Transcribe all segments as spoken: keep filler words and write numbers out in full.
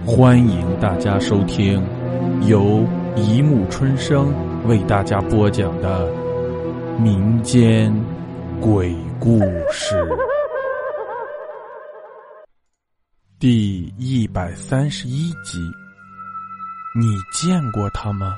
欢迎大家收听由一木春生为大家播讲的民间鬼故事第一百三十一集。你见过她吗？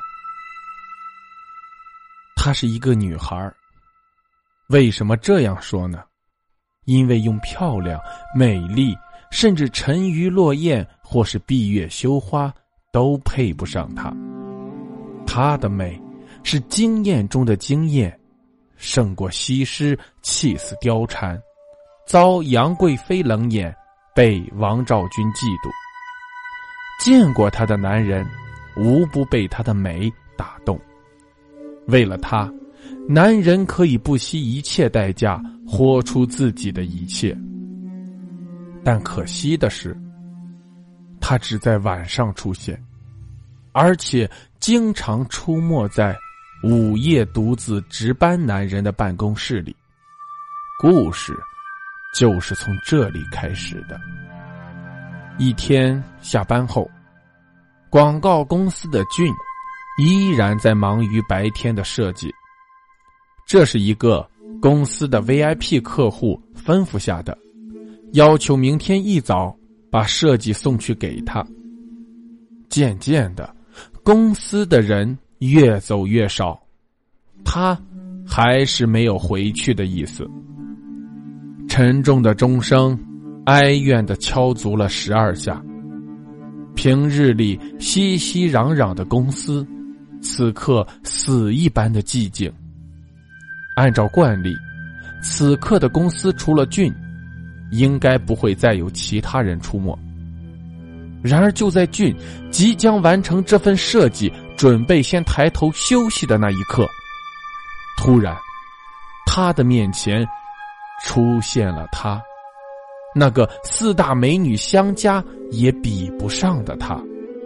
她是一个女孩。为什么这样说呢？因为用漂亮、美丽甚至沉鱼落雁或是闭月羞花都配不上她。她的美是惊艳中的惊艳，胜过西施气死貂蝉，遭杨贵妃冷眼，被王昭君嫉妒。见过她的男人无不被她的美打动，为了她，男人可以不惜一切代价豁出自己的一切。但可惜的是，他只在晚上出现，而且经常出没在午夜独自值班男人的办公室里。故事就是从这里开始的。一天下班后，广告公司的俊依然在忙于白天的设计。这是一个公司的 V I P 客户吩咐下的，要求明天一早把设计送去给他。渐渐的，公司的人越走越少，他还是没有回去的意思。沉重的钟声哀怨地敲足了十二下。平日里熙熙攘攘的公司，此刻死一般的寂静。按照惯例，此刻的公司除了俊，应该不会再有其他人出没。然而就在俊即将完成这份设计，准备先抬头休息的那一刻，突然他的面前出现了他，那个四大美女相加也比不上的他。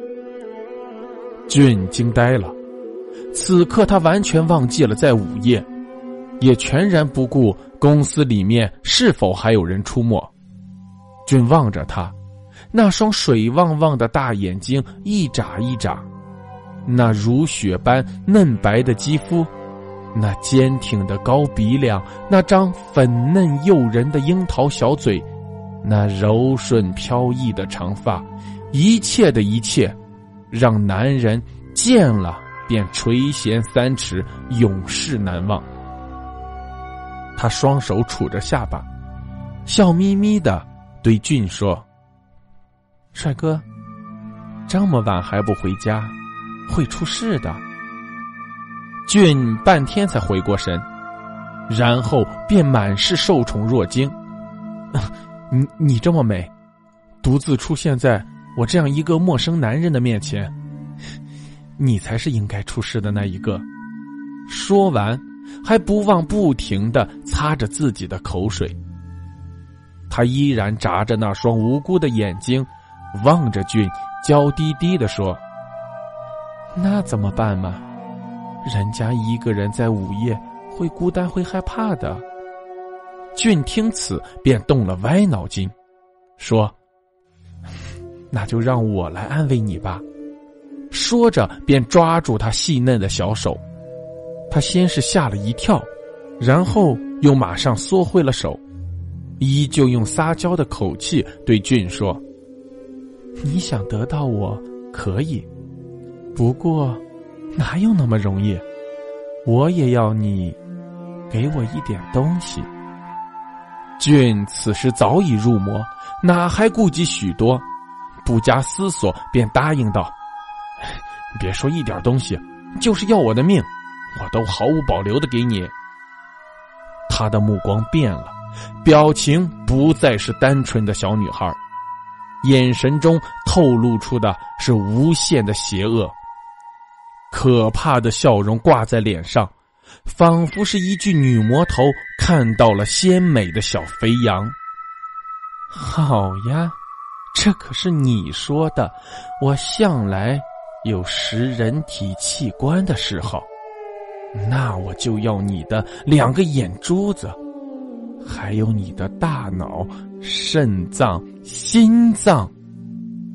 俊惊呆了，此刻他完全忘记了在午夜，也全然不顾公司里面是否还有人出没。俊望着他，那双水汪汪的大眼睛一眨一眨，那如雪般嫩白的肌肤，那坚挺的高鼻梁，那张粉嫩诱人的樱桃小嘴，那柔顺飘逸的长发，一切的一切让男人见了便垂涎三尺，永世难忘。他双手杵着下巴，笑眯眯地对俊说：帅哥，这么晚还不回家，会出事的。俊半天才回过神，然后便满是受宠若惊。你你这么美，独自出现在我这样一个陌生男人的面前，你才是应该出事的那一个。说完还不忘不停地擦着自己的口水。他依然眨着那双无辜的眼睛望着俊，娇滴滴地说：那怎么办嘛，人家一个人在午夜会孤单会害怕的。俊听此便动了歪脑筋，说：那就让我来安慰你吧。说着便抓住他细嫩的小手。他先是吓了一跳，然后又马上缩回了手，依旧用撒娇的口气对俊说：你想得到我可以，不过哪有那么容易，我也要你给我一点东西。俊此时早已入魔，哪还顾及许多，不加思索便答应道：别说一点东西，就是要我的命，我都毫无保留地给你。他的目光变了，表情不再是单纯的小女孩，眼神中透露出的是无限的邪恶，可怕的笑容挂在脸上，仿佛是一具女魔头看到了鲜美的小肥羊。好呀，这可是你说的我向来有食人体器官的嗜好，那我就要你的两个眼珠子，还有你的大脑、肾脏、心脏。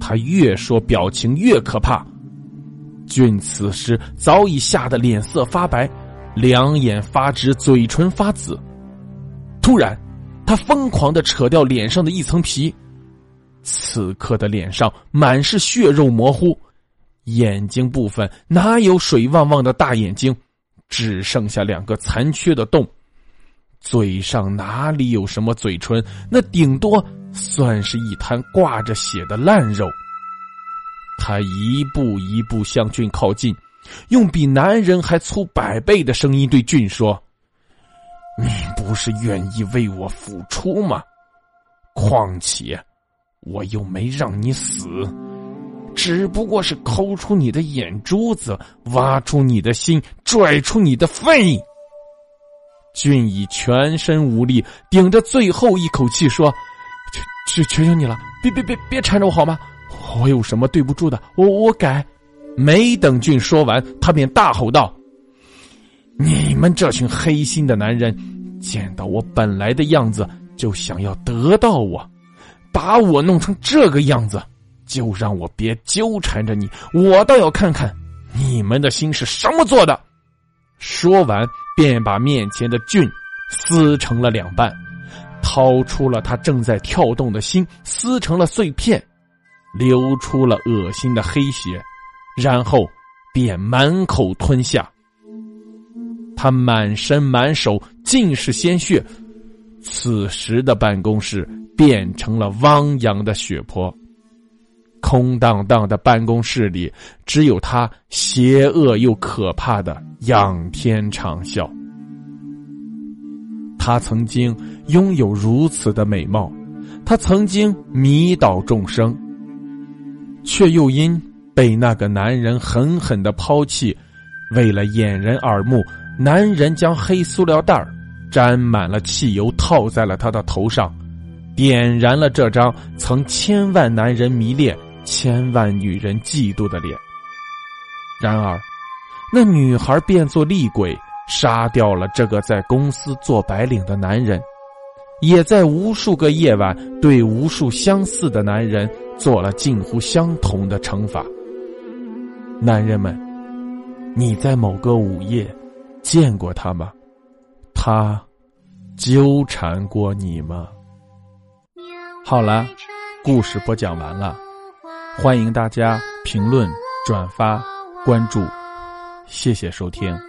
他越说表情越可怕。俊此时早已吓得脸色发白，两眼发直，嘴唇发紫。突然他疯狂地扯掉脸上的一层皮，此刻的脸上满是血肉模糊，眼睛部分哪有水汪汪的大眼睛，只剩下两个残缺的洞。嘴上哪里有什么嘴唇，那顶多算是一滩挂着血的烂肉。他一步一步向俊靠近，用比男人还粗百倍的声音对俊说：你不是愿意为我付出吗？况且我又没让你死，只不过是抠出你的眼珠子，挖出你的心，拽出你的肺。俊以全身无力顶着最后一口气说：求求求你了，别别别别缠着我好吗？我有什么对不住的，我我改。没等俊说完，他便大吼道：你们这群黑心的男人，见到我本来的样子就想要得到我，把我弄成这个样子，就让我别纠缠着你，我倒要看看你们的心是什么做的。说完便把面前的俊撕成了两半，掏出了他正在跳动的心，撕成了碎片，流出了恶心的黑血，然后便满口吞下。他满身满手尽是鲜血，此时的办公室变成了汪洋的血泊。空荡荡的办公室里，只有他邪恶又可怕的仰天长啸。他曾经拥有如此的美貌，他曾经迷倒众生，却又因被那个男人狠狠地抛弃，为了掩人耳目，男人将黑塑料袋沾满了汽油套在了他的头上，点燃了这张曾千万男人迷恋，千万女人嫉妒的脸。然而那女孩变作厉鬼，杀掉了这个在公司做白领的男人，也在无数个夜晚对无数相似的男人做了近乎相同的惩罚。男人们，你在某个午夜见过他吗？他纠缠过你吗？好了，故事播讲完了，欢迎大家评论、转发、关注，谢谢收听。